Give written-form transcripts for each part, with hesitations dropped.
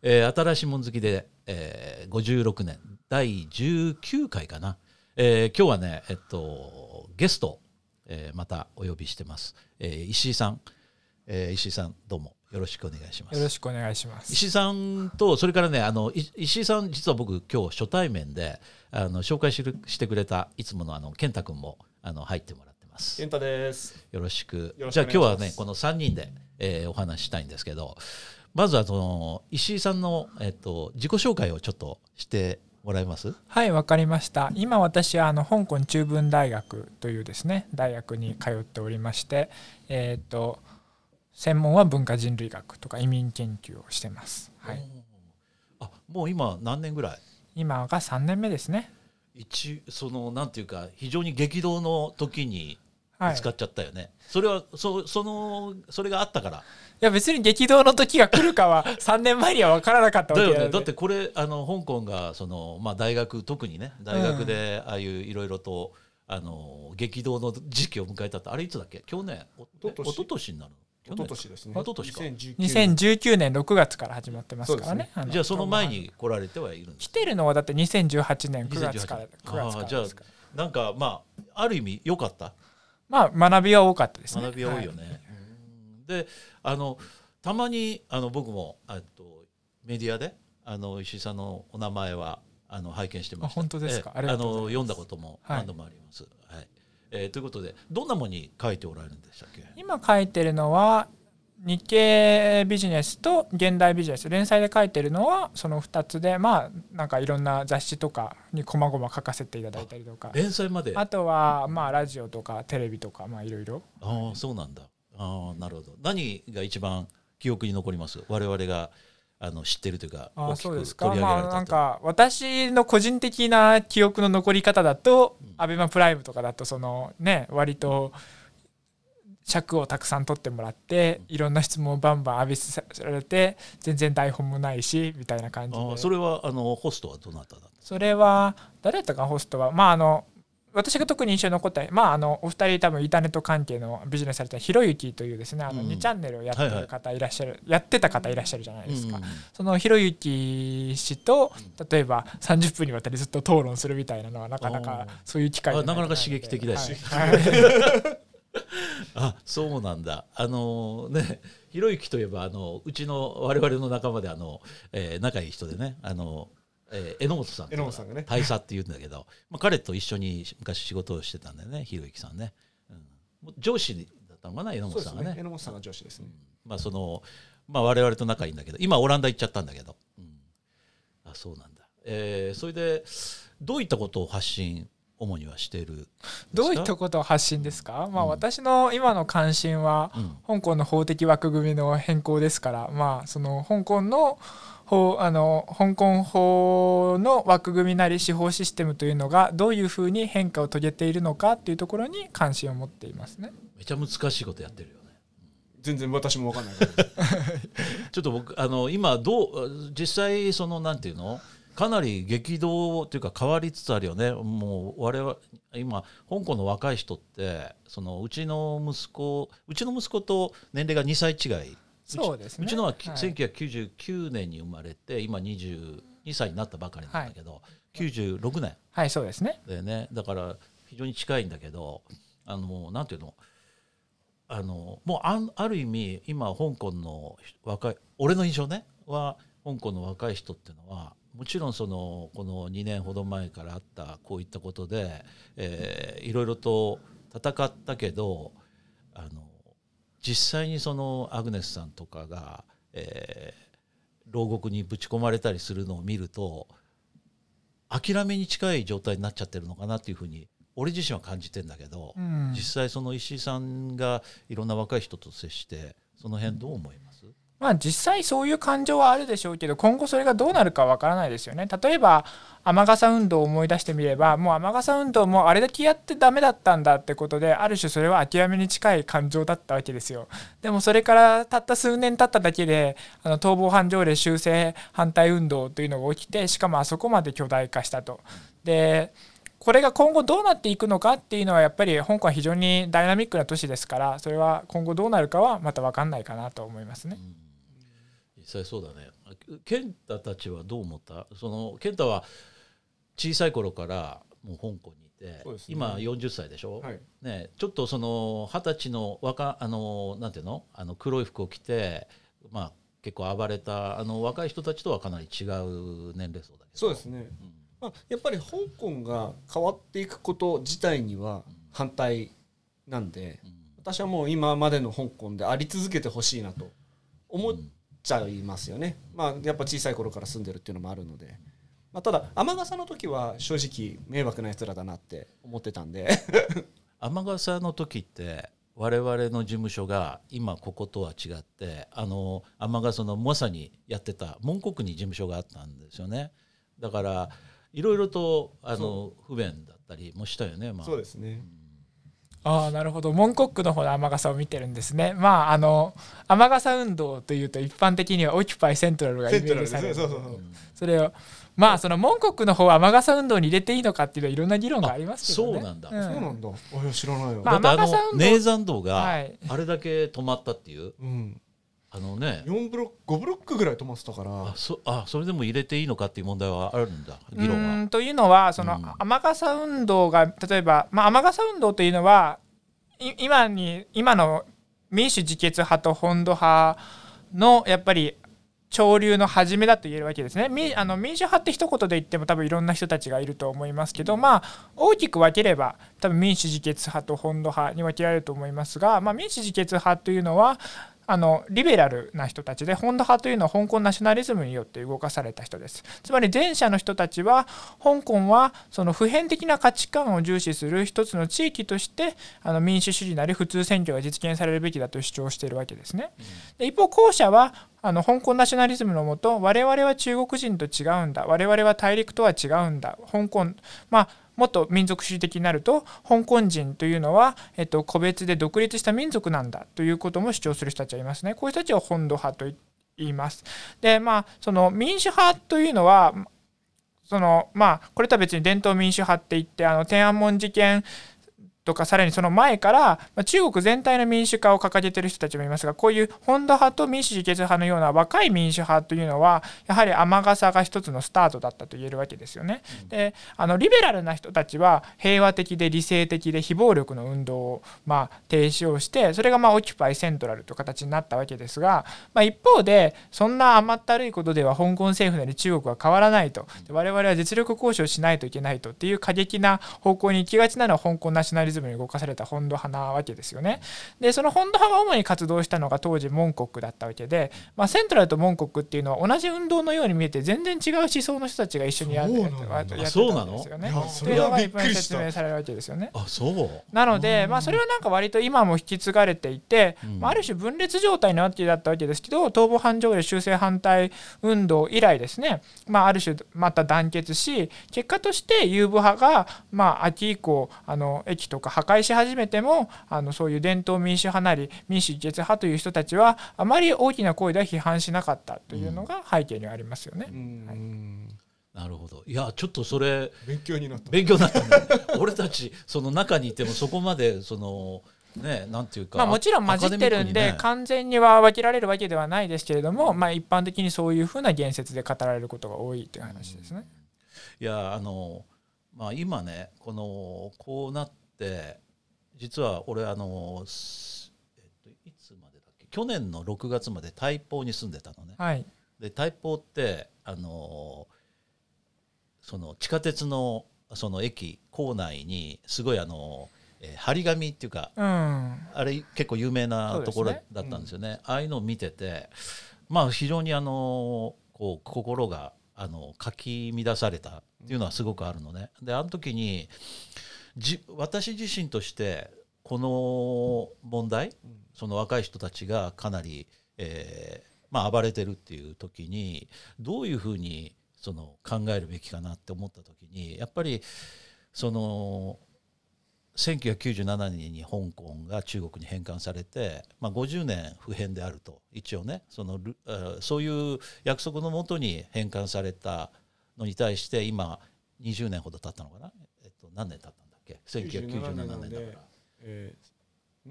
新しいもん好きで、56年第19回かな、今日はね、ゲスト、またお呼びしてます、石井さん、石井さんどうもよろしくお願いします。 よろしくお願いします。 石井さんとそれからね石井さん実は僕今日初対面で紹介してくれたいつもの健太君も入ってもらってます。 健太です。 よろしく。 よろしくじゃあ今日はねこの3人で、お話ししたいんですけど、まずは石井さんの、自己紹介をちょっとしてもらえます？ はい、わかりました。今私は香港中文大学というですね大学に通っておりまして、専門は文化人類学とか移民研究をしてます。はい、 もう今何年ぐらい？今が3年目ですね。 なんていうか非常に激動の時に使っちゃったよね、はい、それはそれがあったから。 いや別に激動の時が来るかは3年前には分からなかったわけだよね。だってこれ香港が大学特にね大学でああいういろいろと激動の時期を迎えたってあれいつだっけ？去年一昨年になるの？ 一昨年ですね。 一昨年か。 2019年6月から始まってますからね。 じゃあその前に来られてはいるんですか？ 来てるのはだって2018年9月からじゃあなんかある意味良かった？ 学びは多かったですね。 学びは多いよね、はい、でたまに僕もメディアで石井さんのお名前は拝見してました。 本当ですか？ありがとうございます。 読んだことも何度もあります、はいはい。ということでどんなものに書いておられるんでしたっけ？今書いてるのは日経ビジネスと現代ビジネス、連載で書いてるのはその2つで、なんかいろんな雑誌とかにこまごま書かせていただいたりとか、 連載まで。 あとはラジオとかテレビとかいろいろ。 そうなんだ。なるほど。何が一番記憶に残ります？我々が知ってるというか大きく取り上げられたと。 なんか私の個人的な記憶の残り方だと、アベマプライムとかだと割と尺をたくさん取ってもらって、いろんな質問をバンバン浴びせられて、全然台本もないしみたいな感じで。 それはホストはどなただった？ それは誰だったか。ホストは私が特に印象に残った、お二人多分インターネット関係のビジネスされたひろゆきというですね2チャンネルをやってる方いらっしゃる、やってた方いらっしゃるじゃないですか、そのひろゆき氏と例えば30分にわたりずっと討論するみたいなのはなかなかそういう機会なかなか刺激的だし、そうなんだ。ひろゆきといえばうちの我々の仲間で仲いい人でね榎本さんとか大佐っていうんだけど、彼と一緒に昔仕事をしてたんだよね、ひろゆきさんね、上司だったのかな、榎本さんがね。 榎本さんが上司ですね。 我々と仲いいんだけど、今オランダ行っちゃったんだけど、そうなんだ。それでどういったことを発信主にはしているんですか？ どういったことを発信ですか？私の今の関心は、香港の法的枠組みの変更ですから、その香港の香港法の枠組みなり司法システムというのがどういうふうに変化を遂げているのかというところに関心を持っていますね。 めちゃ難しいことやってるよね。 全然私も分かんないちょっと僕今実際なんていうのかなり激動というか変わりつつあるよね。もう我々今香港の若い人ってうちの息子と年齢が2歳違い。 そうですね、 うちのは1999年に生まれて今22歳になったばかりなんだけど、96年。 はい、そうですね。 でね、だから非常に近いんだけどなんていうのもうある意味今香港の俺の印象ねは香港の若い人っていうのはもちろんこの2年ほど前からあったこういったことで、いろいろと戦ったけど実際にアグネスさんとかが、牢獄にぶち込まれたりするのを見ると諦めに近い状態になっちゃってるのかなっていうふうに俺自身は感じてんだけど、実際石井さんがいろんな若い人と接してその辺どう思います？ 実際そういう感情はあるでしょうけど、今後それがどうなるかわからないですよね。例えば雨傘運動を思い出してみれば、もう雨傘運動もあれだけやってダメだったんだってことで、ある種それは諦めに近い感情だったわけですよ。でもそれからたった数年経っただけで逃亡犯条例修正反対運動というのが起きて、しかもあそこまで巨大化したと。でこれが今後どうなっていくのかっていうのはやっぱり香港は非常にダイナミックな都市ですから、それは今後どうなるかはまた分かんないかなと思いますね。 実際そうだね。 健太たちはどう思った？その健太は小さい頃からもう香港にいて、 そうですね今40歳でしょ、 はいね、ちょっとその20歳のなんていうの、黒い服を着て、まあ、結構暴れた若い人たちとはかなり違う年齢層だけど。 そうですね、まあ、やっぱり香港が変わっていくこと自体には反対なんで、私はもう今までの香港であり続けてほしいなと思っちゃいますよね。まあ、やっぱ小さい頃から住んでるっていうのもあるので、まあ、ただ雨傘の時は正直迷惑なやつらだなって思ってたんで雨傘の時って我々の事務所が今こことは違って、雨傘のまさにやってた門国に事務所があったんですよね。だからいろいろと不便だったりもしたよね、まあ、 そうですね、 ああ、なるほど。モンコックの方の雨傘を見てるんですね。まあ雨傘運動というと一般的にはオキュパイセントラルがイメージされる。それをまあそのモンコックの方は雨傘運動に入れていいのかっていうのはいろんな議論がありますけどね。 そうなんだ、 そうなんだ。知らないよ。 まあだって雨傘運動ネーザン道がはいあれだけ止まったっていう、 うんね、 4ブロック5ブロックぐらい止まってたからそれでも入れていいのかっていう問題はあるんだ、議論は。 というのはその雨傘運動が例えば、まあ、雨傘運動というのは今の民主自決派と本土派のやっぱり潮流の始めだと言えるわけですね。民主派って一言で言っても多分いろんな人たちがいると思いますけど、まあ大きく分ければ多分民主自決派と本土派に分けられると思いますが、まあ、民主自決派というのはリベラルな人たちで、本土派というのは香港ナショナリズムによって動かされた人です。つまり前者の人たちは香港はその普遍的な価値観を重視する一つの地域として民主主義なり普通選挙が実現されるべきだと主張しているわけですね。で一方後者は香港ナショナリズムのもと、我々は中国人と違うんだ、我々は大陸とは違うんだ、香港もっと民族主義的になると香港人というのは、個別で独立した民族なんだということも主張する人たちはいますね。こういう人たちを本土派と言います。でその民主派というのはこれとは別に伝統民主派って言って天安門事件とかさらにその前から中国全体の民主化を掲げている人たちもいますが、こういう本土派と民主自決派のような若い民主派というのはやはり雨傘が一つのスタートだったと言えるわけですよね。でリベラルな人たちは平和的で理性的で非暴力の運動を提唱して、それがオキュパイセントラルという形になったわけですが、一方でそんな甘ったるいことでは香港政府なり中国は変わらないと、我々は実力交渉しないといけないとっていう過激な方向に行きがちなのは香港ナショナリズムに動かされた本土派なわけですよね。でその本土派が主に活動したのが当時モンコックだったわけで、セントラルとモンコックっていうのは同じ運動のように見えて全然違う思想の人たちが一緒にやってたんですよね。 それはびっくりした。 説明されるわけですよね。 そうなので、それはなんか割と今も引き継がれていて、ある種分裂状態のわけだったわけですけど、東方繁盛令修正反対運動以来ですね、ある種また団結し、結果として遊武派が秋以降駅とか破壊し始めてもそういう伝統民主派なり民主自決派という人たちはあまり大きな声では批判しなかったというのが背景にはありますよね。 なるほど。いやちょっとそれ勉強になった。 ね、俺たちその中にいてもそこまでなんていうか、 もちろん混じってるんで、完全には分けられるわけではないですけれども、一般的にそういうふうな言説で語られることが多いという話ですね。 いや今ねこうなって実は俺いつまでだっけ、去年の6月まで台北に住んでたのね。 はい、 で台北ってその地下鉄のその駅構内にすごい張り紙っていうか、あれ結構有名なところだったんですよね。ああいうのを見てて非常にこう心がかき乱されたっていうのはすごくあるのね。であの時に私自身としてこの問題、その若い人たちがかなり、暴れてるっていう時にどういうふうに考えるべきかなって思った時に、やっぱり1997年に香港が中国に返還されて、50年不変であると一応ね、そういう約束のもとに返還されたのに対して今20年ほど経ったのかな、何年経ったんだっけ、1997年だから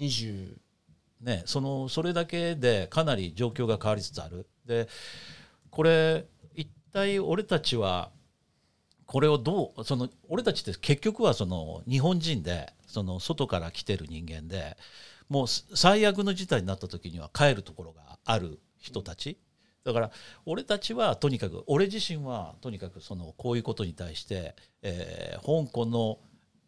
20 ね、それだけでかなり状況が変わりつつある。でこれ一体俺たちはこれをどう、俺たちって結局は日本人で外から来てる人間で、もう最悪の事態になった時には帰るところがある人たちだから、俺たちはとにかく、俺自身はとにかくこういうことに対して、香港の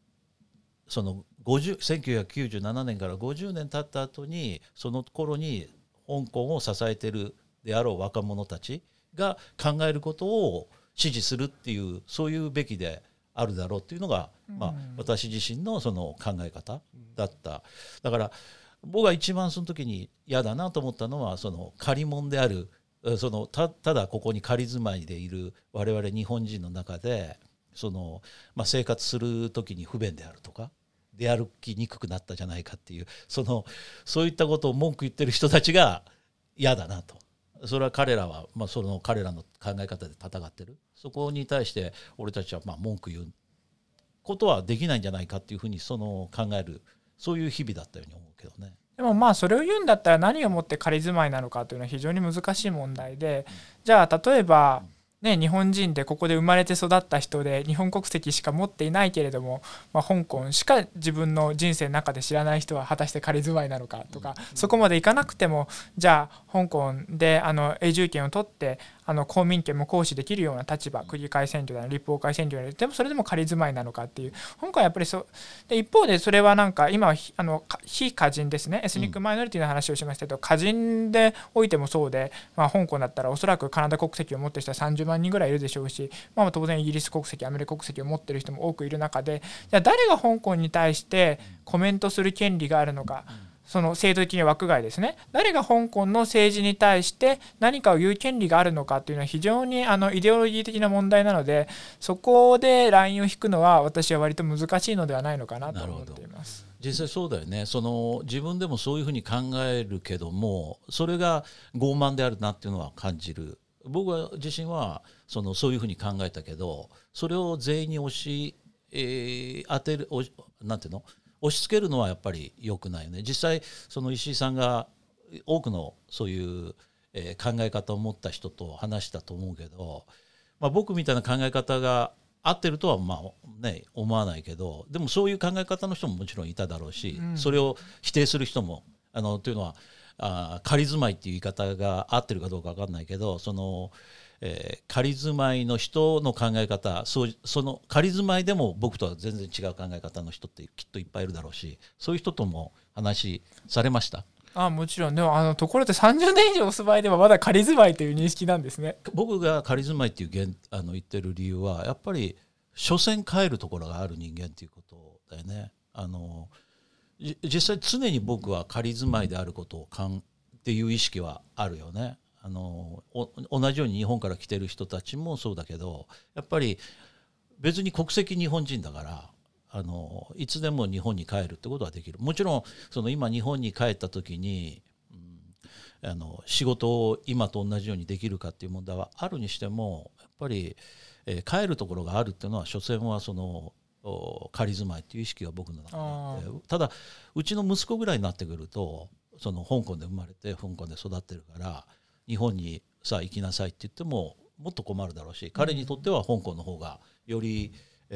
1997年から50年経った後に、その頃に香港を支えてるであろう若者たちが考えることを支持するっていう、そういうべきであるだろうっていうのが、私自身の考え方だった。だから僕が一番その時に嫌だなと思ったのは、借り物であるただここに仮住まいでいる我々日本人の中で生活する時に不便であるとか、出歩きにくくなったじゃないかっていう、そういったことを文句言ってる人たちが嫌だなと。それは彼らは、彼らの考え方で戦ってる。そこに対して俺たちは文句言うことはできないんじゃないかっていうふうに考える、そういう日々だったように思うけどね。 でもそれを言うんだったら何をもって仮住まいなのかというのは非常に難しい問題で、じゃあ例えば日本人でここで生まれて育った人で日本国籍しか持っていないけれども、香港しか自分の人生の中で知らない人は果たして仮住まいなのかとか、そこまでいかなくても、じゃあ香港で永住権を取って公民権も行使できるような立場、区議会選挙だ立法会選挙でもそれでも仮住まいなのかっていう、香港はやっぱりで、一方でそれは今は非華人ですね、エスニックマイノリティの話をしましたけど、華人でおいてもそうで、香港だったらおそらくカナダ国籍を持っている人は30万人ぐらいいるでしょうし、当然イギリス国籍、アメリカ国籍を持っている人も多くいる中で、じゃあ誰が香港に対してコメントする権利があるのか、制度的に枠外ですね、誰が香港の政治に対して何かを言う権利があるのかというのは非常にイデオロギー的な問題なので、そこでラインを引くのは私は割と難しいのではないのかなと思っています。 実際そうだよね。自分でもそういうふうに考えるけども、それが傲慢であるなっていうのは感じる。僕は自身はそういうふうに考えたけど、それを全員に押し付けるのはやっぱり良くないよね。実際石井さんが多くのそういう考え方を持った人と話したと思うけど、僕みたいな考え方が合ってるとは思わないけど、でもそういう考え方の人ももちろんいただろうし、それを否定する人もというのは仮住まいっていう言い方が合ってるかどうか分かんないけど、仮住まいの人の考え方、仮住まいでも僕とは全然違う考え方の人ってきっといっぱいいるだろうし、そういう人とも話されました？ もちろん。でもところで30年以上お住まいではまだ仮住まいという認識なんですね。 僕が仮住まいっていう言ってる理由は、やっぱり所詮帰るところがある人間っていうことだよね。実際常に僕は仮住まいであることをっていう意識はあるよね。同じように日本から来てる人たちもそうだけど、やっぱり別に国籍日本人だからいつでも日本に帰るってことはできる。もちろん今日本に帰った時に、仕事を今と同じようにできるかっていう問題はあるにしても、やっぱり、帰るところがあるっていうのは所詮は仮住まいっていう意識が僕の中にあって、ただうちの息子ぐらいになってくると香港で生まれて香港で育ってるから日本にさあ行きなさいって言ってももっと困るだろうし、彼にとっては香港の方がより、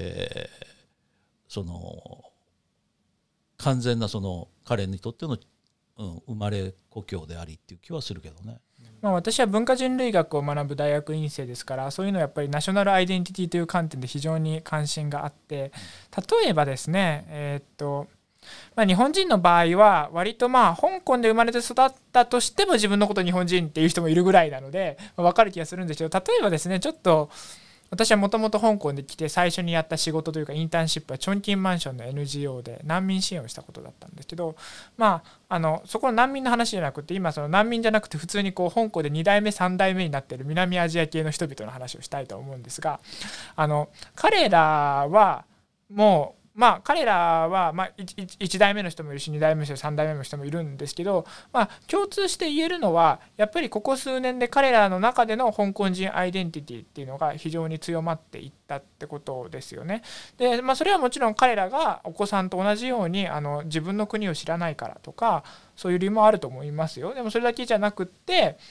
完全な彼にとっての、生まれ故郷でありっていう気はするけどね。 私は文化人類学を学ぶ大学院生ですから、そういうのはやっぱりナショナルアイデンティティという観点で非常に関心があって、例えばですね、日本人の場合は割と香港で生まれて育ったとしても自分のこと日本人っていう人もいるぐらいなので分かる気がするんですけど、例えばですね、ちょっと私はもともと香港で来て最初にやった仕事というかインターンシップはチョンキンマンションの NGO で難民支援をしたことだったんですけど、そこの難民の話じゃなくて、今難民じゃなくて普通に香港で2代目3代目になっている南アジア系の人々の話をしたいと思うんですが、彼らはもう彼らは1代目の人もいるし2代目の人3代目の人もいるんですけど、共通して言えるのはやっぱりここ数年で彼らの中での香港人アイデンティティっていうのが非常に強まっていったってことですよね。で、それはもちろん彼らがお子さんと同じように自分の国を知らないからとかそういう理由もあると思いますよ。でもそれだけじゃなくって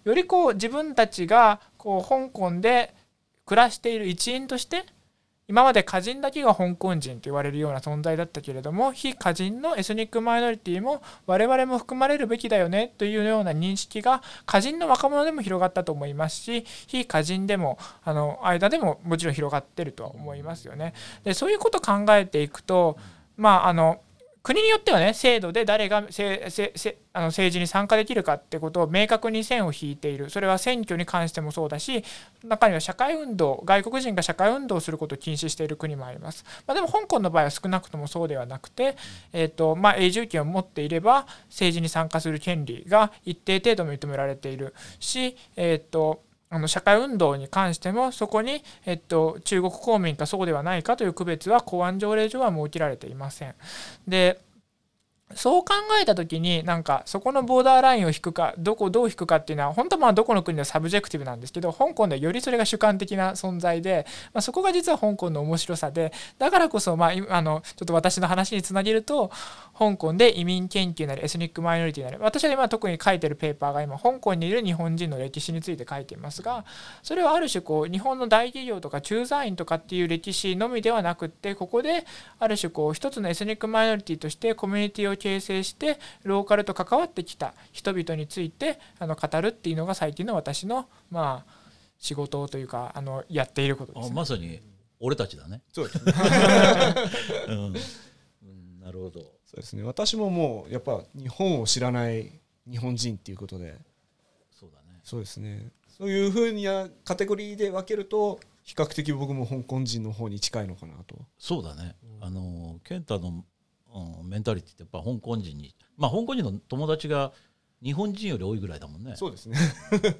よりこう自分たちがこう香港で暮らしている一員として、今まで華人だけが香港人と言われるような存在だったけれども、非華人のエスニックマイノリティも我々も含まれるべきだよねというような認識が華人の若者でも広がったと思いますし、非華人でも間でももちろん広がってるとは思いますよね。でそういうことを考えていくと、国によってはね、制度で誰が政治に参加できるかってことを明確に線を引いている。それは選挙に関してもそうだし、中には社会運動、外国人が社会運動をすることを禁止している国もあります。でも香港の場合は少なくともそうではなくて、永住権を持っていれば政治に参加する権利が一定程度認められているし、社会運動に関してもそこに、中国公民かそうではないかという区別は公安条例上は設けられていません。でそう考えた時に、そこのボーダーラインを引くかどう引くかっていうのは本当はどこの国でもサブジェクティブなんですけど、香港ではよりそれが主観的な存在で、そこが実は香港の面白さで、だからこそ、ちょっと私の話につなげると、香港で移民研究なりエスニックマイノリティなり、私は今特に書いてるペーパーが今香港にいる日本人の歴史について書いていますが、それはある種日本の大企業とか駐在員とかっていう歴史のみではなくって、ここである種一つのエスニックマイノリティとしてコミュニティを形成してローカルと関わってきた人々について語るっていうのが最近の私の仕事というかやっていることですね。 まさに俺たちだね。 そうですねなるほど。 そうですね。私ももうやっぱ日本を知らない日本人っていうことで、 そうだね。 そうですね。そういうふうなカテゴリーで分けると比較的僕も香港人の方に近いのかなと。 そうだね。健太のメンタリティってやっぱ香港人に、香港人の友達が日本人より多いぐらいだもんね。 そうですねそっ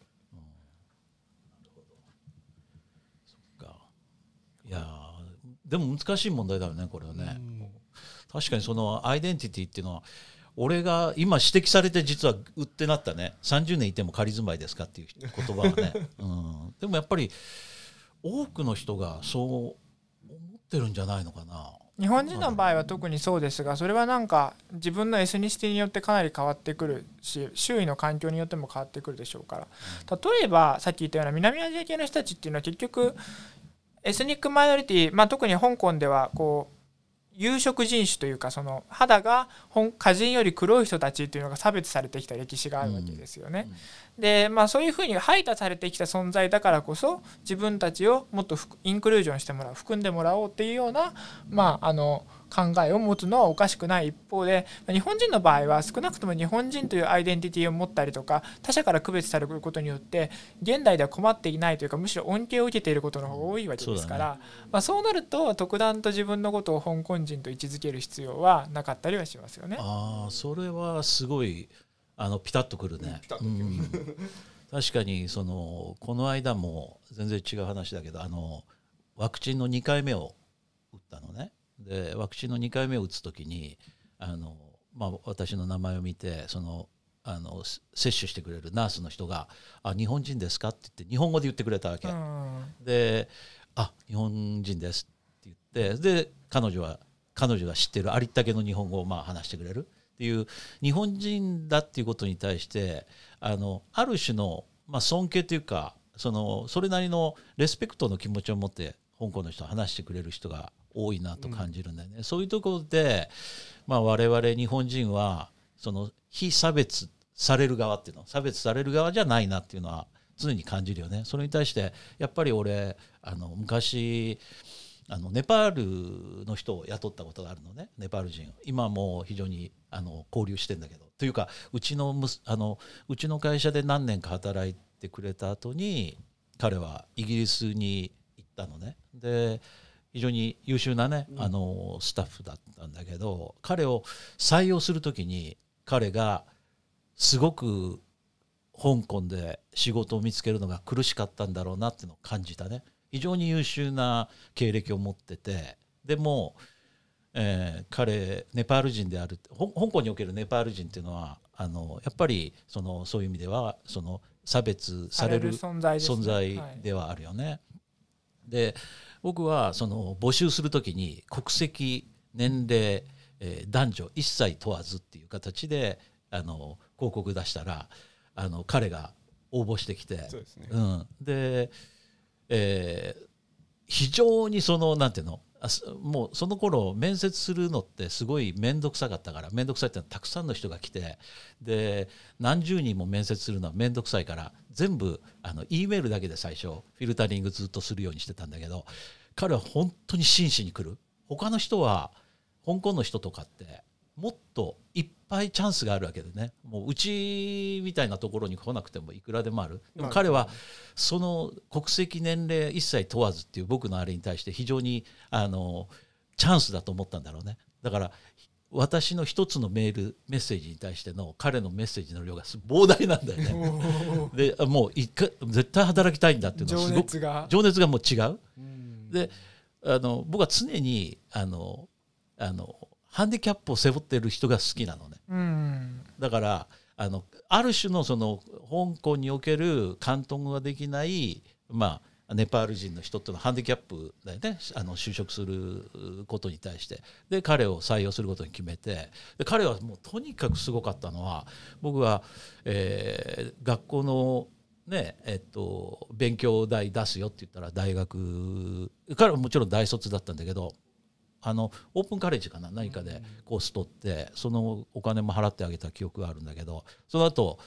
か。いやでも難しい問題だよねこれはね。確かにそのアイデンティティっていうのは俺が今指摘されて実はうってなったね、30年いても仮住まいですかっていう言葉はね、でもやっぱり多くの人がそう思ってるんじゃないのかな。 日本人の場合は特にそうですが、それは自分のエスニシティによってかなり変わってくるし、周囲の環境によっても変わってくるでしょうから。例えばさっき言ったような南アジア系の人たちっていうのは結局エスニックマイノリティ、特に香港では有色人種というか、その肌が華人より黒い人たちっていうのが差別されてきた歴史があるわけですよね。でそういうふうに排他されてきた存在だからこそ、自分たちをもっとインクルージョンしてもらう、含んでもらおうっていうような考えを持つのはおかしくない一方で、日本人の場合は少なくとも日本人というアイデンティティを持ったりとか、他者から区別されることによって現代では困っていないというか、むしろ恩恵を受けていることの方が多いわけですから、そうなると特段と自分のことを香港人と位置づける必要はなかったりはしますよね。 それはすごいピタッとくるね。確かにこの間も全然違う話だけどワクチンの2回目を打ったのね。でワクチンの2回目を打つときに私の名前を見て接種してくれるナースの人が日本人ですかって言って日本語で言ってくれたわけで、日本人ですって言って、で彼女が知ってるありったけの日本語を話してくれるっていう日本人だっていうことに対してある種の尊敬というかそれなりのレスペクトの気持ちを持って香港の人は話してくれる人が多いなと感じるんだよね。そういうところで、我々日本人は非差別される側っていうの、差別される側じゃないなっていうのは常に感じるよね。それに対してやっぱり俺昔ネパールの人を雇ったことがあるのね。ネパール人、今も非常に交流してんだけど、というかうちの会社で何年か働いてくれた後に彼はイギリスに行ったのね。で非常に優秀なねスタッフだったんだけど、彼を採用するときに彼がすごく香港で仕事を見つけるのが苦しかったんだろうなっていうのを感じたね。非常に優秀な経歴を持ってて、でも、彼ネパール人である、香港におけるネパール人っていうのはやっぱりそういう意味では差別される存在ではあるよね。で僕は募集するときに国籍、年齢、男女一切問わずっていう形で広告出したら彼が応募してきて、 そうですね。 で、非常にそのなんていうの、もうその頃面接するのってすごい面倒くさかったから、面倒くさいってのはたくさんの人が来て、で何十人も面接するのは面倒くさいから、全部E メールだけで最初フィルタリングずっとするようにしてたんだけど、彼は本当に真摯に来る。他の人は香港の人とかってもっといっぱいチャンスがあるわけでね、もううちみたいなところに来なくてもいくらでもある。でも彼はその国籍年齢一切問わずっていう僕のあれに対して非常にチャンスだと思ったんだろうね。だから私の一つのメッセージに対しての彼のメッセージの量が膨大なんだよね。でもう絶対働きたいんだっていうのはすごく情熱がもう違う。で僕は常にハンディキャップを背負っている人が好きなのね。だからある種のその香港における広東語ができない、ネパール人の人っていうのはハンディキャップだよね、就職することに対して。で彼を採用することに決めて、で彼はもうとにかくすごかったのは、僕は、学校のね勉強代出すよって言ったら、大学、彼はもちろん大卒だったんだけど、オープンカレッジかな何かでコース取って、そのお金も払ってあげた記憶があるんだけど、その後、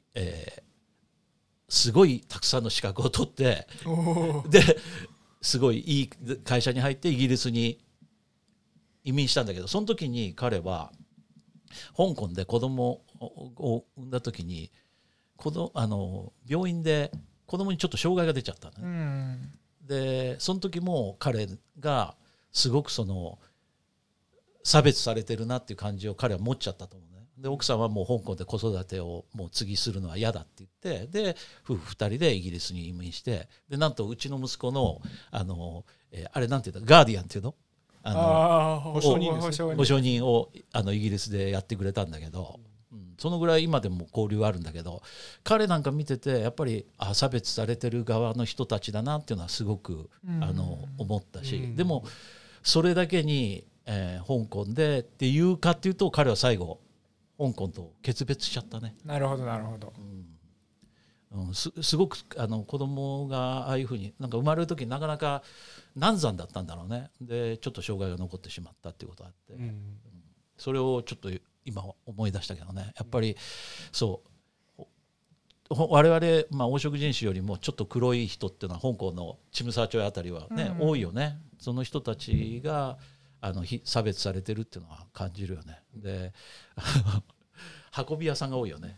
すごいたくさんの資格を取って、ですごいいい会社に入ってイギリスに移民したんだけど、その時に彼は香港で子供を産んだ時に病院で子供にちょっと障害が出ちゃったのね。でその時も彼がすごくその差別されてるなっていう感じを彼は持っちゃったと思うね。で奥さんはもう香港で子育てをもう次するのは嫌だって言って、で夫婦2人でイギリスに移民して、でなんとうちの息子のあれなんていうの、ガーディアンっていうの、 保証人をイギリスでやってくれたんだけど、そのぐらい今でも交流はあるんだけど、彼なんか見ててやっぱり差別されてる側の人たちだなっていうのはすごく思ったし、でもそれだけに、香港でっていうかっていうと、彼は最後香港と決別しちゃったね。 なるほどなるほど。 すごく子供がああいうふうになんか生まれる時になかなか難産だったんだろうね。でちょっと障害が残ってしまったっていうことがあって、それをちょっと今思い出したけどね、やっぱりそう我々、黄色人種よりもちょっと黒い人っていうのは香港のチムサー町あたりはね、多いよね。その人たちが差別されてるっていうのは感じるよね。で運び屋さんが多いよね。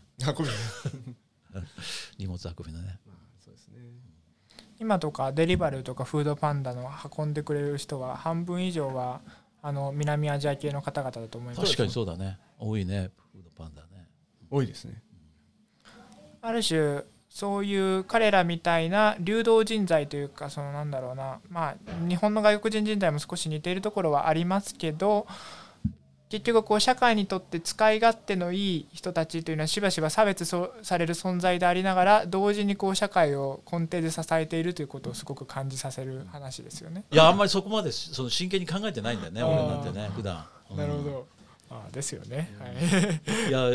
荷物運びのね。 そうですね。 今とかデリバルとかフードパンダの運んでくれる人は半分以上は南アジア系の方々だと思います。 確かにそうだね、多いね、フードパンダね、 多いですね。 ある種そういう彼らみたいな流動人材というか、そのなんだろうな、日本の外国人人材も少し似ているところはありますけど、結局こう社会にとって使い勝手のいい人たちというのはしばしば差別される存在でありながら、同時にこう社会を根底で支えているということをすごく感じさせる話ですよね。 いやあんまりそこまでその真剣に考えてないんだよね、俺なんてね普段。 なるほど、ですよね。 いや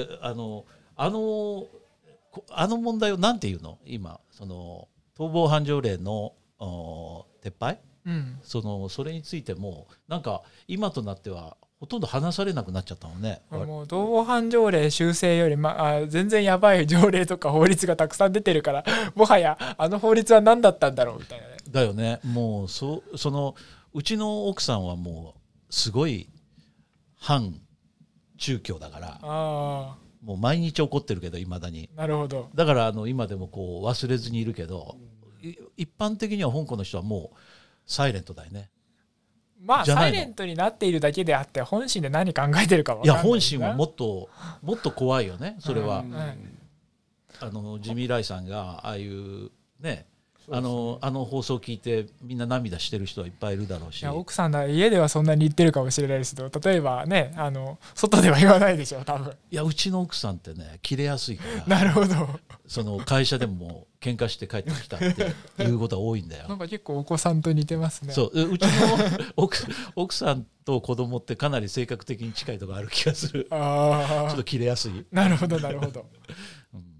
あの問題をなんていうの、今その逃亡犯条例の撤廃、それについてもなんか今となってはほとんど話されなくなっちゃったのね。 もう逃亡犯条例修正より、全然やばい条例とか法律がたくさん出てるから、もはや法律は何だったんだろうみたいなね。 だよね。もううちの奥さんはもうすごい反中共だから、もう毎日怒ってるけど、いまだに。 なるほど。 だから今でもこう忘れずにいるけど、一般的には香港の人はもうサイレントだよね。 サイレントになっているだけであって、本心で何考えてるか分からない。 いや本心はもっと怖いよね。それは、ジミー・ライさんがああいうね、あの放送を聞いてみんな涙してる人はいっぱいいるだろうし。 いや奥さんだ家ではそんなに言ってるかもしれないですけど、例えばね外では言わないでしょ多分。 いやうちの奥さんってね切れやすいからなるほど。 その会社でも喧嘩して帰ってきたっていうことが多いんだよ。 なんか結構お子さんと似てますね。 そううちの奥さんと子供ってかなり性格的に近いところある気がする。ちょっと切れやすい。 なるほどなるほど。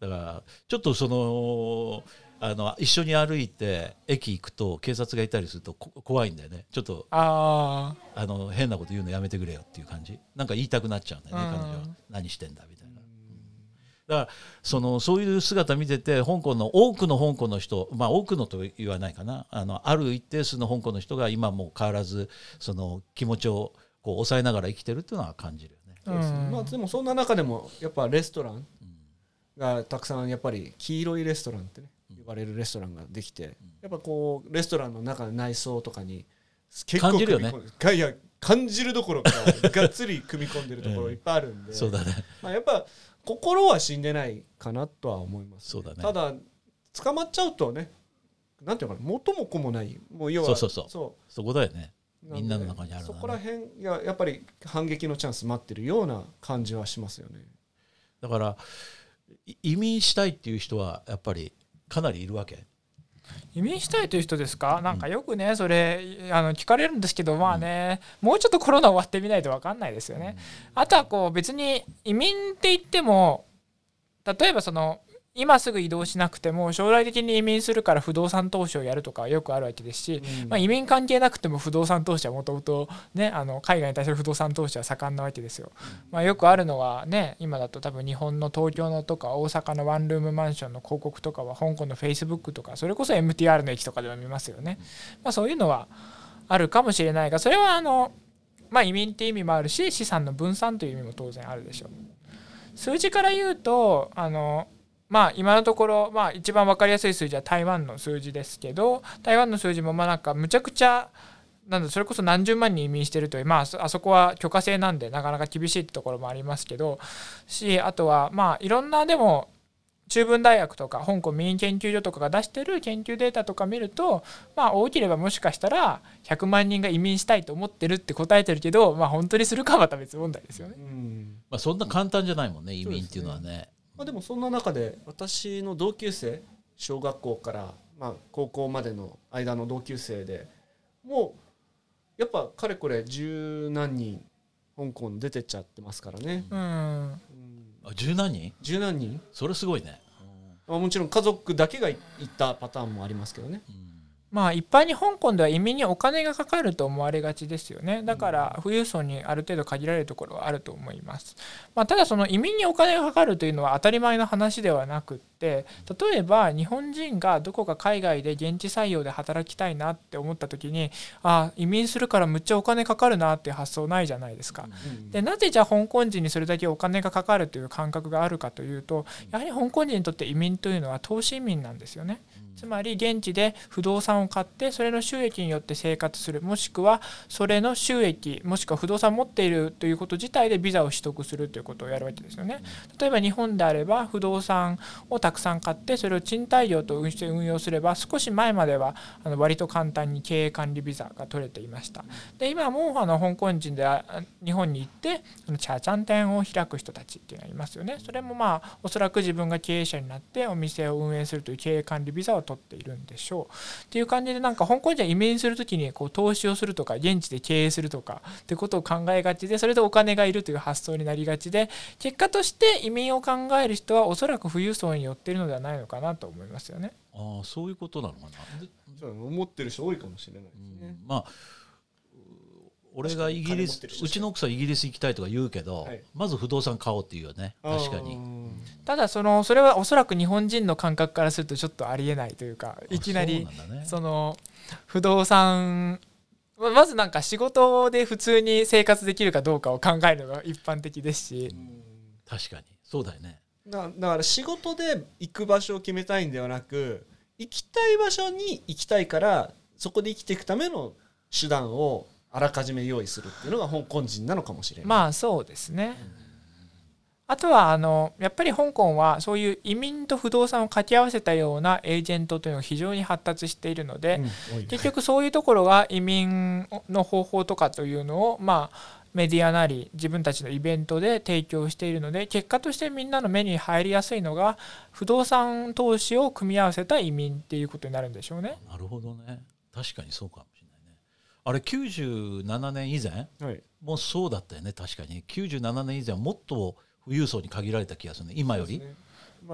だからちょっと一緒に歩いて駅行くと警察がいたりすると怖いんだよね。ちょっと変なこと言うのやめてくれよっていう感じ、なんか言いたくなっちゃうんだよね、彼女は。何してんだみたいな。だからそういう姿見てて、多くの香港の人、多くのと言わないかな、ある一定数の香港の人が今も変わらずその気持ちをこう抑えながら生きてるっていうのは感じるよね。 そうですね。でもそんな中でもやっぱレストランがたくさん、やっぱり黄色いレストランってね呼ばれるレストランができて、やっぱこうレストランの中の内装とかに結構感じるよね。 いや感じるどころかがっつり組み込んでるところいっぱいあるんで、 そうだね。 やっぱ心は死んでないかなとは思います、 そうだね。 ただ捕まっちゃうとね、なんていうのかな、元も子もない、もう要はそこだよね。みんなの中にあるのはね。 そこら辺やっぱり反撃のチャンス待ってるような感じはしますよね。 だから移民したいっていう人はやっぱりかなりいるわけ。 移民したいという人ですか？なんかよくねそれ聞かれるんですけど、もうちょっとコロナ終わってみないと分かんないですよね。あとはこう別に移民って言っても、例えば今すぐ移動しなくても将来的に移民するから不動産投資をやるとかよくあるわけですし、移民関係なくても不動産投資はもともとね、海外に対する不動産投資は盛んなわけですよ。よくあるのはね、今だと多分日本の東京のとか大阪のワンルームマンションの広告とかは香港のフェイスブックとか、それこそ MTR の駅とかでも見ますよね。そういうのはあるかもしれないが、それは移民っていう意味もあるし、資産の分散という意味も当然あるでしょう。数字から言うと今のところ、一番分かりやすい数字は台湾の数字ですけど、台湾の数字もなんかむちゃくちゃそれこそ何十万人移民してるという、あそこは許可制なんでなかなか厳しいってところもありますけど、あとはいろんなでも中文大学とか香港民意研究所とかが出してる研究データとか見ると、多ければもしかしたら100万人が移民したいと思ってるって答えてるけど、本当にするかはまた別問題ですよね。 そんな簡単じゃないもんね、移民っていうのはね。 でもそんな中で私の同級生、小学校から高校までの間の同級生でもうやっぱかれこれ十何人香港出てっちゃってますからね。 十何人？ 十何人？ それすごいね。 もちろん家族だけが行ったパターンもありますけどね。 一般に香港では移民にお金がかかると思われがちですよね。だから富裕層にある程度限られるところはあると思います。ただその移民にお金がかかるというのは当たり前の話ではなくって、例えば日本人がどこか海外で現地採用で働きたいなって思った時に、移民するからむっちゃお金かかるなっていう発想ないじゃないですか。でなぜじゃあ香港人にそれだけお金がかかるという感覚があるかというと、やはり香港人にとって移民というのは投資移民なんですよね。つまり現地で不動産を買ってそれの収益によって生活する、もしくはそれの収益もしくは不動産を持っているということ自体でビザを取得するということをやるわけですよね。例えば日本であれば不動産をたくさん買ってそれを賃貸業として運用すれば、少し前までは割と簡単に経営管理ビザが取れていました。で今も香港人で日本に行ってチャーチャン店を開く人たちっていうのがいますよね。それもおそらく自分が経営者になってお店を運営するという経営管理ビザを取っているんでしょうっていう感じで、なんか香港人はイメージするときに投資をするとか現地で経営するとかってことを考えがちで、それでお金がいるという発想になりがちで、結果として移民を考える人はおそらく富裕層に寄っているのではないのかなと思いますよね。 そういうことなのかな。 思ってる人多いかもしれないですね。 俺がイギリス、うちの奥さんイギリス行きたいとか言うけど、まず不動産買おうっていうよね。確かに。 ただそれはおそらく日本人の感覚からするとちょっとありえないというか、いきなり不動産まずなんか仕事で普通に生活できるかどうかを考えるのが一般的ですし、 確かにそうだよね。 だから仕事で行く場所を決めたいんではなく、行きたい場所に行きたいからそこで生きていくための手段をあらかじめ用意するっていうのが香港人なのかもしれない。 そうですね。あとはやっぱり香港はそういう移民と不動産を掛け合わせたようなエージェントというのが非常に発達しているので、結局そういうところが移民の方法とかというのをメディアなり自分たちのイベントで提供しているので、結果としてみんなの目に入りやすいのが不動産投資を組み合わせた移民っていうことになるんでしょうね。 なるほどね。確かにそうかもしれないね。あれ97年以前、もうそうだったよね。確かに97年以前はもっと富裕層に限られた気がするね、今より。 まあ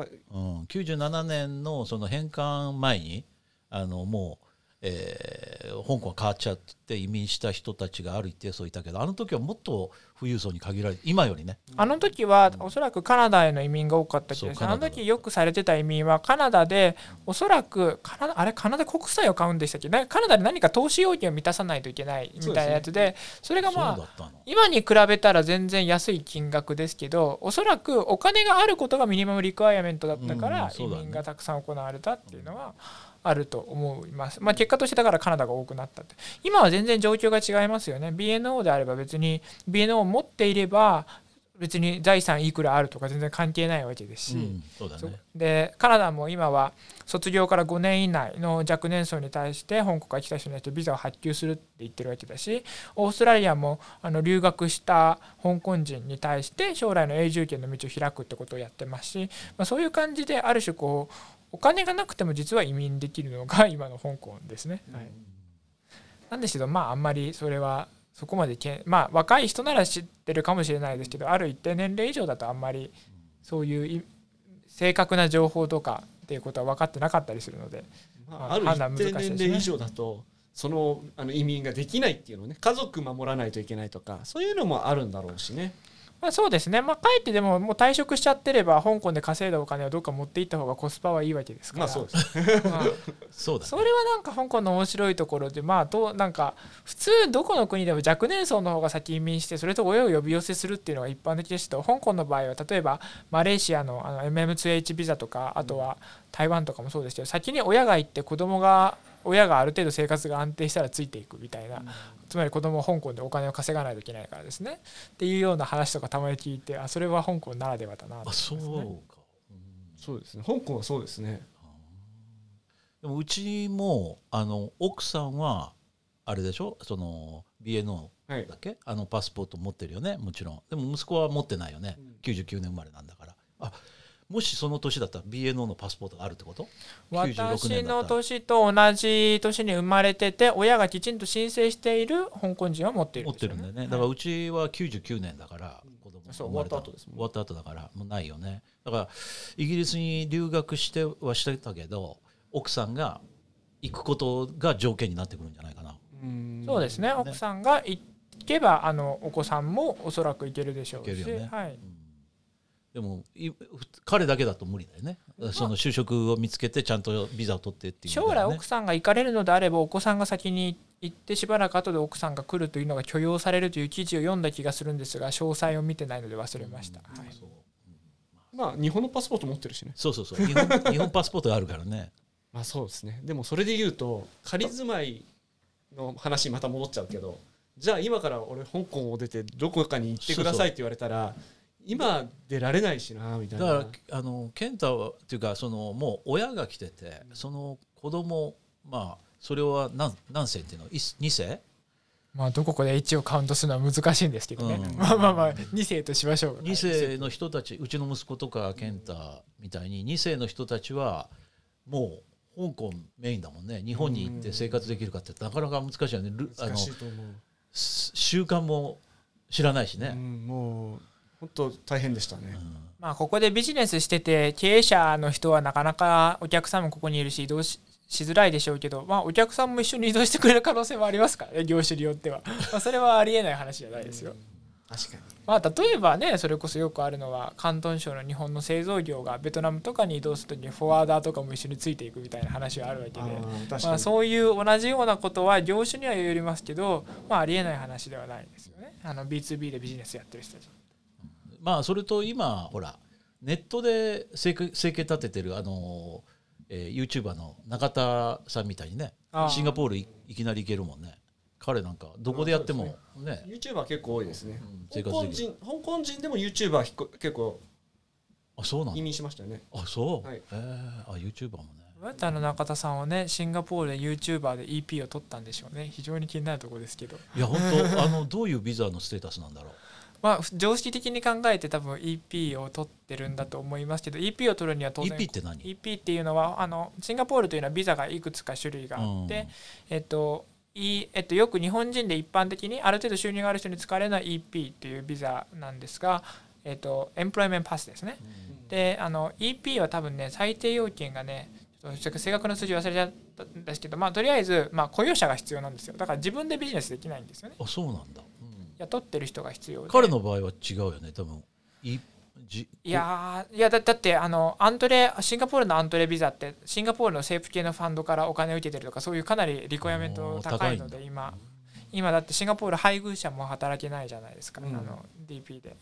97年のその返還前にもう、香港は変わっちゃって移民した人たちがある一定数いたけど、あの時はもっと富裕層に限られて、今よりね。 あの時はおそらくカナダへの移民が多かった気がする。あの時よくされてた移民はカナダで、おそらくカナダ国債を買うんでしたっけ、カナダで何か投資要件を満たさないといけないみたいなやつで、それがまあ今に比べたら全然安い金額ですけど、おそらくお金があることがミニマムリクワイアメントだったから移民がたくさん行われたっていうのはあると思います。まあ、結果としてだからカナダが多くなったって。今は全然状況が違いますよね。 BNO であれば別に BNO を持っていれば別に財産いくらあるとか全然関係ないわけですし、 そうだね。 でカナダも今は卒業から5年以内の若年層に対して香港から来た人に対してビザを発給するって言ってるわけだし、オーストラリアも留学した香港人に対して将来の永住権の道を開くってことをやってますし、まあ、そういう感じである種こうお金がなくても実は移民できるのが今の香港ですね。はい、なんですけど、まああんまりそれはそこまでまあ若い人なら知ってるかもしれないですけど、ある一定年齢以上だとあんまりそういう正確な情報とかっていうことは分かってなかったりするので、 ある一定年齢以上だとその移民ができないっていうのね、家族守らないといけないとかそういうのもあるんだろうしね。 まあ、そうですね、まあ、かえってでももう退職しちゃってれば香港で稼いだお金をどっか持っていった方がコスパはいいわけですから、 まあそうですねまあそうだね。 それはなんか香港の面白いところで、まあなんか普通どこの国でも若年層の方が先移民してそれと親を呼び寄せするっていうのが一般的ですけど、香港の場合は例えばマレーシアのMM2H ビザとかあとは台湾とかもそうですけど、先に親が行って親がある程度生活が安定したらついていくみたいな、つまり子供は香港でお金を稼がないといけないからですねっていうような話とかたまに聞いて、それは香港ならではだなと思いますね。 そうか、 そうですね、香港はそうですね。 でもうちも奥さんはあれでしょ、その BNO だっけ、パスポート持ってるよね、もちろん。でも息子は持ってないよね、99年生まれなんだから。もしその年だったら BNO のパスポートがあるってこと？ 私の年と同じ年に生まれてて親がきちんと申請している香港人は持っているんですよね。 持ってるんだよね。だからうちは99年だから子供終わった後ですもんね。 終わった後だからもうないよね。だからイギリスに留学してはしてたけど奥さんが行くことが条件になってくるんじゃないかな。 そうですね、奥さんが行けばお子さんもおそらく行けるでしょうし、 ね、 はい、 でも彼だけだと無理だよね。その就職を見つけてちゃんとビザを取ってっていう、ね、 将来奥さんが行かれるのであればお子さんが先に行ってしばらく後で奥さんが来るというのが許容されるという記事を読んだ気がするんですが詳細を見てないので忘れました。はい、 まあ日本のパスポート持ってるしね。 そう日本パスポートがあるからね。 まあそうですね。でもそれで言うと仮住まいの話にまた戻っちゃうけど、じゃあ今から俺香港を出てどこかに行ってくださいって言われたら今出られないしなみたいな。 だから健太はっていうかもう親が来ててその子供まあそれは何世っていうの2世？ まあどこで1をカウントするのは難しいんですけどね、まあ2世としましょう。 2世の人たち、うちの息子とか健太みたいに2世の人たちはもう香港メインだもんね。日本に行って生活できるかってなかなか難しいよね。 難しいと思う。 習慣も知らないしね、 もう本当大変でしたね。 まあここでビジネスしてて経営者の人はなかなかお客さんもここにいるし移動しづらいでしょうけど、まあお客さんも一緒に移動してくれる可能性もありますからね、業種によっては。まあそれはありえない話じゃないですよ。 確かに。 まあ例えばね、それこそよくあるのは広東省の日本の製造業がベトナムとかに移動するときにフォワーダーとかも一緒についていくみたいな話があるわけで、まあそういう同じようなことは業種にはよりますけど、まあありえない話ではないですよね。B2B でビジネスやってる人たち。 まあそれと今ほらネットで生計立ててるYouTuber の中田さんみたいにね、シンガポールいきなり行けるもんね。彼なんかどこでやってもね、 YouTuber 結構多いですね。 香港人でも YouTuber 結構そうなん移民しましたよね。 そう、 はい、 YouTuber もね。 どうやって中田さんはねシンガポールで YouTuber で EP を取ったんでしょうね。非常に気になるところですけど。 いや本当どういうビザのステータスなんだろう。 まあ常識的に考えて多分 EP を取ってるんだと思いますけど、 EP を取るには当然 EP って何？ EP っていうのはシンガポールというのはビザがいくつか種類があって、よく日本人で一般的にある程度収入がある人に使われるのは EP っていうビザなんですが、エンプロイメントパスですね。 でEP は多分ね最低要件がねちょっと正確な数字忘れちゃったんですけど、とりあえず、雇用者が必要なんですよ。だから自分でビジネスできないんですよね。 あ、そうなんだ、 雇ってる人が必要で。 彼の場合は違うよね多分。いやだってシンガポールのアントレビザってシンガポールの政府系のファンドからお金を受けてるとか、そういうかなりリクエアメント高いので、今だってシンガポール配偶者も働けないじゃないですか、DP で、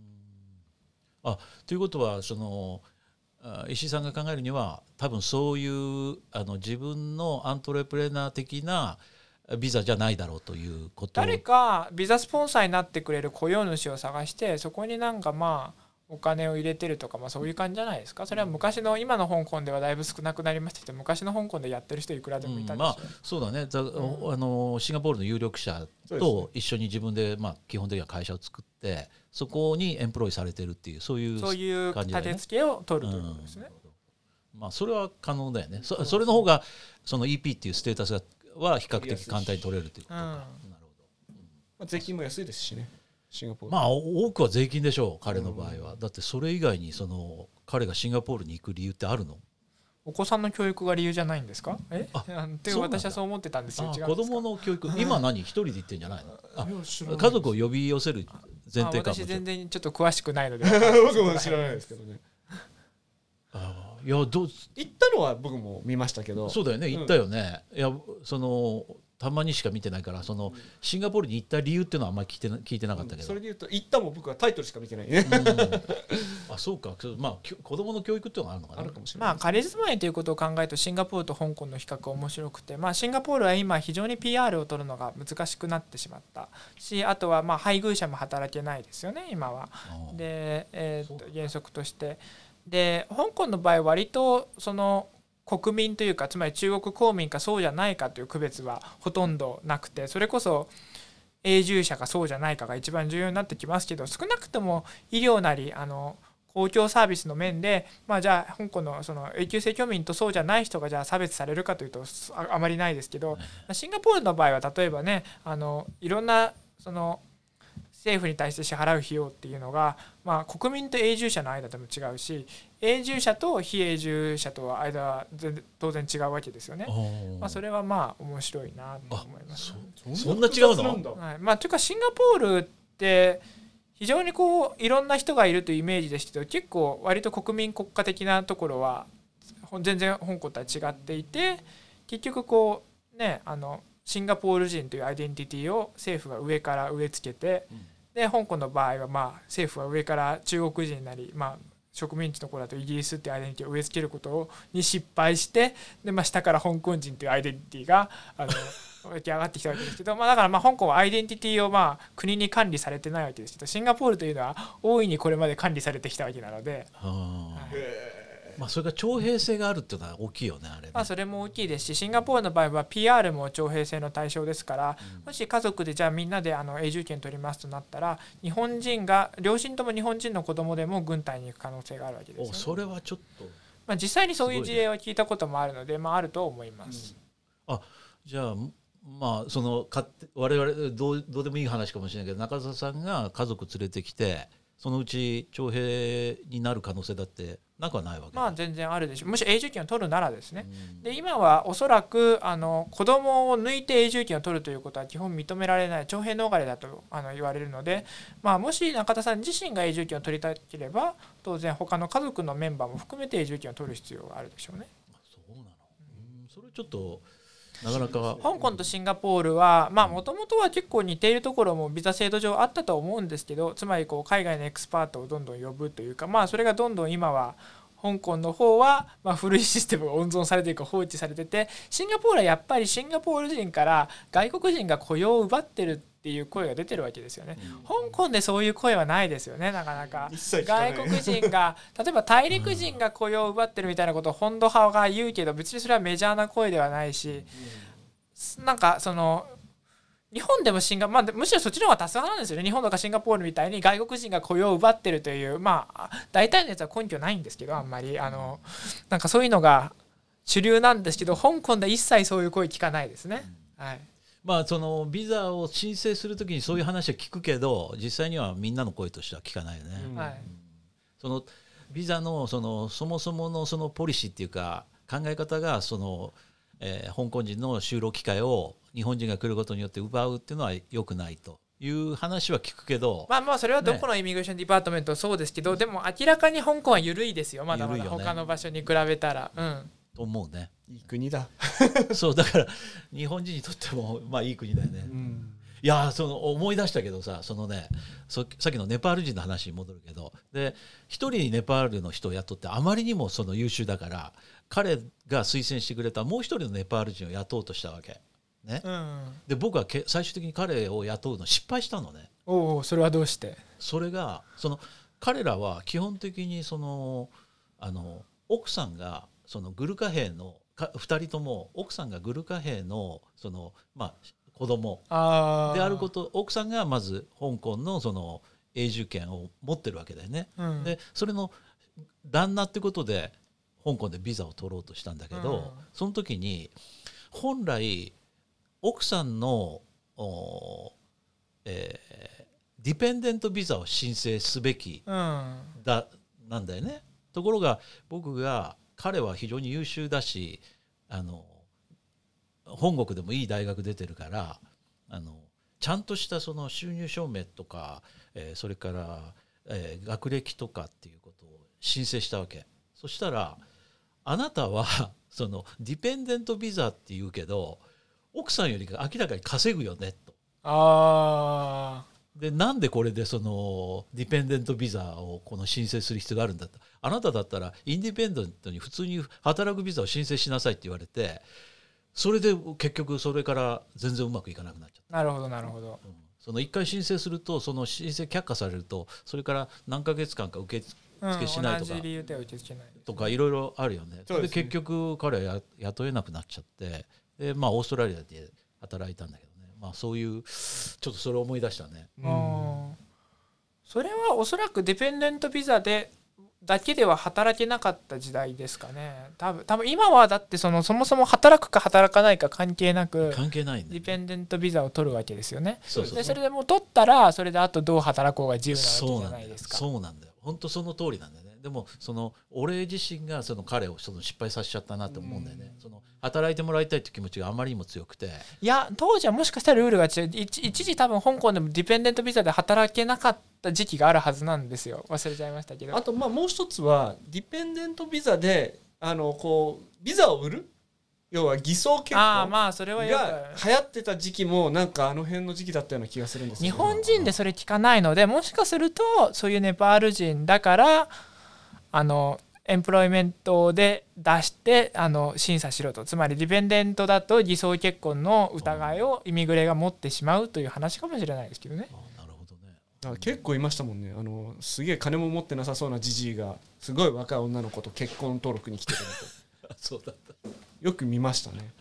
ということは石井さんが考えるには多分そういう自分のアントレプレナー的なビザじゃないだろうということ。 誰かビザスポンサーになってくれる雇用主を探して、そこにお金を入れてるとか、そういう感じじゃないですか。それは昔の今の香港ではだいぶ少なくなりましたけど、昔の香港でやってる人いくらでもいたでしょう。 そうだね。シンガポールの有力者と一緒に自分で基本的には会社を作ってそこにエンプロイされてるっていうそういう感じだよね。 立て付けを取るということですね。 それは可能だよね。それの方がその EP っていうステータスは比較的簡単に取れるということか。なるほど。税金も安いですしね。シンガポール多くは税金でしょう彼の場合は。だってそれ以外に彼がシンガポールに行く理由ってあるの？ お子さんの教育が理由じゃないんですか？って私はそう思ってたんですよ。 子供の教育今一人で行ってんじゃないの？家族を呼び寄せる前提かも。 私全然ちょっと詳しくないので僕も知らないですけどね。 行ったのは僕も見ましたけど。 そうだよね、行ったよね。たまにしか見てないからシンガポールに行った理由っていうのはあんまり聞いてなかったけど、 それで言うと行ったも僕はタイトルしか見てないね。 そうか。子供の教育っていうのがあるのかな。 あるかもしれない。 仮住まいということを考えるとシンガポールと香港の比較は面白くて、シンガポールは今非常に PR を取るのが難しくなってしまったし、あとは配偶者も働けないですよね今は。で、原則としてで香港の場合割と国民というか、つまり中国公民かそうじゃないかという区別はほとんどなくて、それこそ永住者かそうじゃないかが一番重要になってきますけど、少なくとも医療なり公共サービスの面で、じゃあ香港の永久性居民とそうじゃない人がじゃあ差別されるかというとあまりないですけど、シンガポールの場合は例えばねいろんな政府に対して支払う費用っていうのが、国民と永住者の間でも違うし、永住者と非永住者とは間は当然違うわけですよね。それは面白いなと思います。 そんな違うの？ というかシンガポールって非常にいろんな人がいるというイメージですけど、結構割と国民国家的なところは全然香港とは違っていて、結局シンガポール人というアイデンティティを政府が上から植え付けて、で香港の場合は政府は上から中国人なり、植民地の頃だとイギリスっていうアイデンティティを植え付けることに失敗して、で、下から香港人というアイデンティティが湧き上がってきたわけですけど、だから香港はアイデンティティを国に管理されてないわけですけど、シンガポールというのは大いにこれまで管理されてきたわけなので。 それが徴兵制があるっていうのは大きいよね、あれね。 それも大きいですし、シンガポールの場合は PR も徴兵制の対象ですから、もし家族でじゃあみんなで永住権取りますとなったら、日本人が両親とも日本人の子供でも軍隊に行く可能性があるわけですよね。 それはちょっと、 実際にそういう事例は聞いたこともあるので、あると思います。 じゃあ我々どうでもいい話かもしれないけど、中澤さんが家族連れてきてそのうち徴兵になる可能性だってなくはないわけ。 全然あるでしょう。もし永住権を取るならですね。で今はおそらく子供を抜いて永住権を取るということは基本認められない徴兵逃れだと言われるので、もし中田さん自身が永住権を取りたければ当然他の家族のメンバーも含めて永住権を取る必要があるでしょうね。 そうなの。それちょっとなかなか香港とシンガポールはもともとは結構似ているところもビザ制度上あったと思うんですけど、つまり海外のエキスパートをどんどん呼ぶというか、それがどんどん今は香港の方は古いシステムが温存されているか放置されてて、シンガポールはやっぱりシンガポール人から外国人が雇用を奪ってるっていう声が出てるわけですよね。香港でそういう声はないですよね、なかなか。外国人が例えば大陸人が雇用を奪ってるみたいなことを本土派が言うけど、別にそれはメジャーな声ではないし、日本でもむしろそっちの方が多数派なんですよね。日本とかシンガポールみたいに外国人が雇用を奪ってるという大体のやつは根拠ないんですけど、あんまりそういうのが主流なんですけど、香港で一切そういう声聞かないですね。 ビザを申請するときにそういう話は聞くけど、実際にはみんなの声としては聞かないよね。 ビザのそもそものそのポリシーっていうか考え方が香港人の就労機会を日本人が来ることによって奪うっていうのは良くないという話は聞くけど、 まあそれはどこのイミグレーションディパートメントそうですけど、でも明らかに香港は緩いですよ、まだまだ他の場所に比べたら。 と思うね。 いい国だ。 そうだから日本人にとってもまあいい国だよね。いや思い出したけどさ、さっきのネパール人の話に戻るけど、で一人ネパールの人を雇ってあまりにも優秀だから彼が推薦してくれたもう一人のネパール人を雇おうとしたわけ、ね。で僕は最終的に彼を雇うの失敗したのね。 それはどうして？ それが彼らは基本的に奥さんがグルカ兵の2人とも奥さんがグルカ兵の子供であること、奥さんがまず香港の永住権を持ってるわけだよね。でそれの旦那ってことで香港でビザを取ろうとしたんだけど、その時に本来奥さんのディペンデントビザを申請すべきなんだよね。ところが彼は非常に優秀だし本国でもいい大学出てるからちゃんとした収入証明とか、それから、学歴とかっていうことを申請したわけ。そしたらあなたはディペンデントビザって言うけど奥さんより明らかに稼ぐよねと。でなんでこれでディペンデントビザを申請する必要があるんだと。あなただったらインディペンデントに普通に働くビザを申請しなさいって言われて、それで結局それから全然うまくいかなくなっちゃった。 なるほどなるほど。 一回申請すると申請却下されるとそれから何ヶ月間か受付しないとか、 同じ理由では受け付けないとかいろいろあるよね。で結局彼は雇えなくなっちゃって、でオーストラリアで働いたんだけどね。そういうちょっとそれを思い出したね。 それはおそらくディペンデントビザだけでは働けなかった時代ですかね。多分今はだってそもそも働くか働かないか関係なく関係ない、ね、 ディペンデントビザを取るわけですよね。 そうでそれでもう取ったらそれであとどう働こうが自由なわけじゃないですか。 そうなんだよ。本当その通りなんだよね。でも俺自身が彼を失敗させちゃったなと思うんだよね。働いてもらいたいという気持ちがあまりにも強くて、 いや当時はもしかしたらルールが違う。一時多分香港でもディペンデントビザで働けなかった時期があるはずなんですよ。忘れちゃいましたけど。 あともう一つはディペンデントビザでビザを売る、要は偽装結婚それはよくが流行ってた時期もなんか辺の時期だったような気がするんですよ。 日本人でそれ聞かないので、もしかするとそういうネパール人だからエンプロイメントで出して審査しろと。つまりディペンデントだと偽装結婚の疑いをイミグレが持ってしまうという話かもしれないですけどね。 なるほどね。 結構いましたもんね。すげえ金も持ってなさそうなジジイがすごい若い女の子と結婚登録に来てるのとそうだった。 よく見ましたね。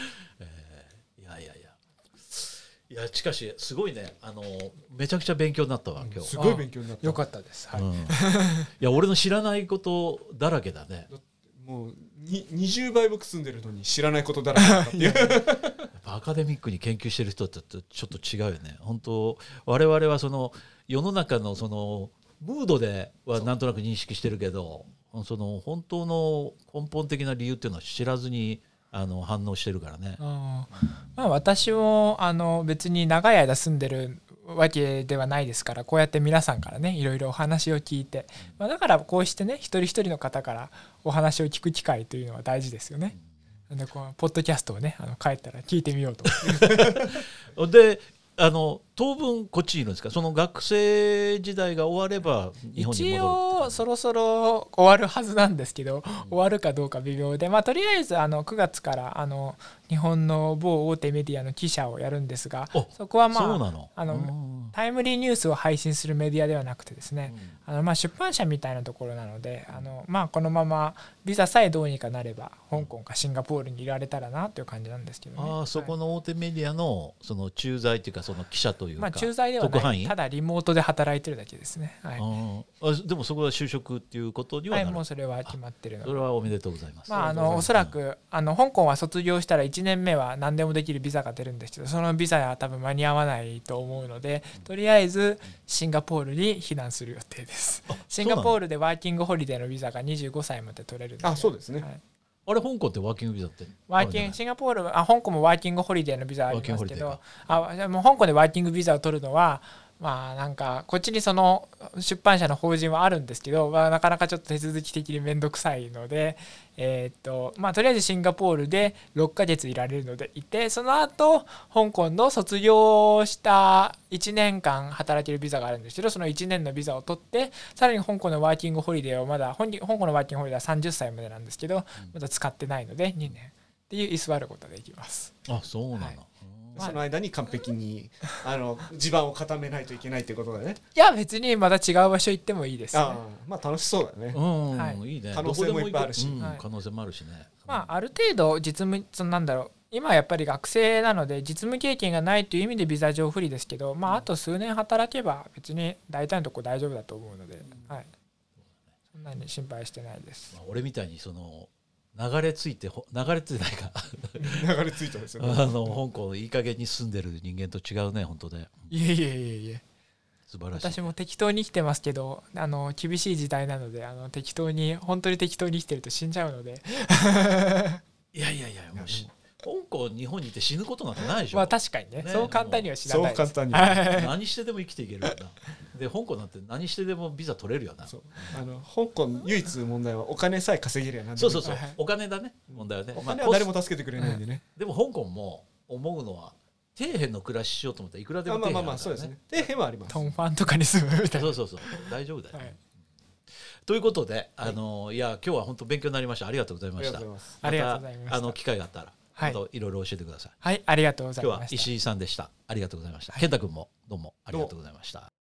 いやしかしすごいね。めちゃくちゃ勉強になったわ今日。 すごい勉強になった。 よかったです。はい。 いや俺の知らないことだらけだね。 もう20倍僕住んでるのに知らないことだらけだったっていう。 やっぱアカデミックに研究してる人ってちょっと違うよね。本当我々は世の中のムードではなんとなく認識してるけど、本当の根本的な理由っていうのは知らずに反応してるからね。 私も別に長い間住んでるわけではないですから、こうやって皆さんからねいろいろお話を聞いて、だからこうしてね一人一人の方からお話を聞く機会というのは大事ですよね。でポッドキャストをね帰ったら聞いてみようと。 で当分こっちにいるんですか。学生時代が終われば日本に戻る。 一応そろそろ終わるはずなんですけど、終わるかどうか微妙で、とりあえず9月から日本の某大手メディアの記者をやるんですが、そこはそうなの。 タイムリーニュースを配信するメディアではなくてですね、出版社みたいなところなのでこのままビザさえどうにかなれば香港かシンガポールにいられたらなという感じなんですけどね。 そこの大手メディアの駐在というか記者とというか、 まあ駐在ではない、 特派員ただリモートで働いてるだけですね。はい、 でもそこは就職っていうことにはなる、 はい、もうそれは決まってるので。 それはおめでとうございます。 まあ、おそらく香港は卒業したら1年目は何でもできるビザが出るんですけど、そのビザは多分間に合わないと思うので、とりあえずシンガポールに避難する予定です。シンガポールでワーキングホリデーのビザが25歳まで取れるので。 あ、そうですね、 はい、 あれ香港ってワーキングビザってシンガポール香港もワーキングホリデーのビザありますけど、もう香港でワーキングビザを取るのはまあなんかこっちにその出版社の法人はあるんですけど、なかなかちょっと手続き的に面倒くさいので、まあとりあえずシンガポールで6ヶ月いられるのでいて、その後香港の卒業した1年間働けるビザがあるんですけど、その1年のビザを取って、さらに香港のワーキングホリデーをまだ香港のワーキングホリデーは30歳までなんですけど、まだ使ってないので2年っていう居座ることができます。 あ、そうなの、はい、 その間に完璧に地盤を固めないといけないってことだね。 いや別にまた違う場所行ってもいいですね。 まあ楽しそうだね。 はい、いいね。 可能性もいっぱいあるし、 可能性もあるしね。 まあある程度実務なんだろう、今やっぱり学生なので実務経験がないという意味でビザ上不利ですけど、まああと数年働けば別に大体のところ大丈夫だと思うので、はい、そんなに心配してないです。 まあ、俺みたいにその流れ着いてないか流れ着いたですよね。 香港いい加減に住んでる人間と違うね、本当ね。 いえ素晴らしい。 私も適当に生きてますけど、厳しい時代なので本当に適当に生きてると死んじゃうのでいやもう香港日本にいて死ぬことなんてないでしょ。 まあ確かに ね、そう簡単には死なないです。 そう簡単に何してでも生きていけるよな。で香港なんて何してでもビザ取れるよな。 そう香港唯一問題はお金さえ稼げるようになる。 そうお金だね、問題はね。 お金は誰も助けてくれないんでね。 でも香港も思うのは底辺の暮らししようと思ったらいくらでも底辺あるからね。 まあそうですね、底辺はあります。 トンファンとかに住むみたいな。 そう大丈夫だよ、ね。ということでいや今日は本当勉強になりました。ありがとうございました。 ありがとうございました。 機会があったらいろいろ教えてください。 はい、ありがとうございました。 今日は石井さんでした。ありがとうございました。健太君もどうもありがとうございました。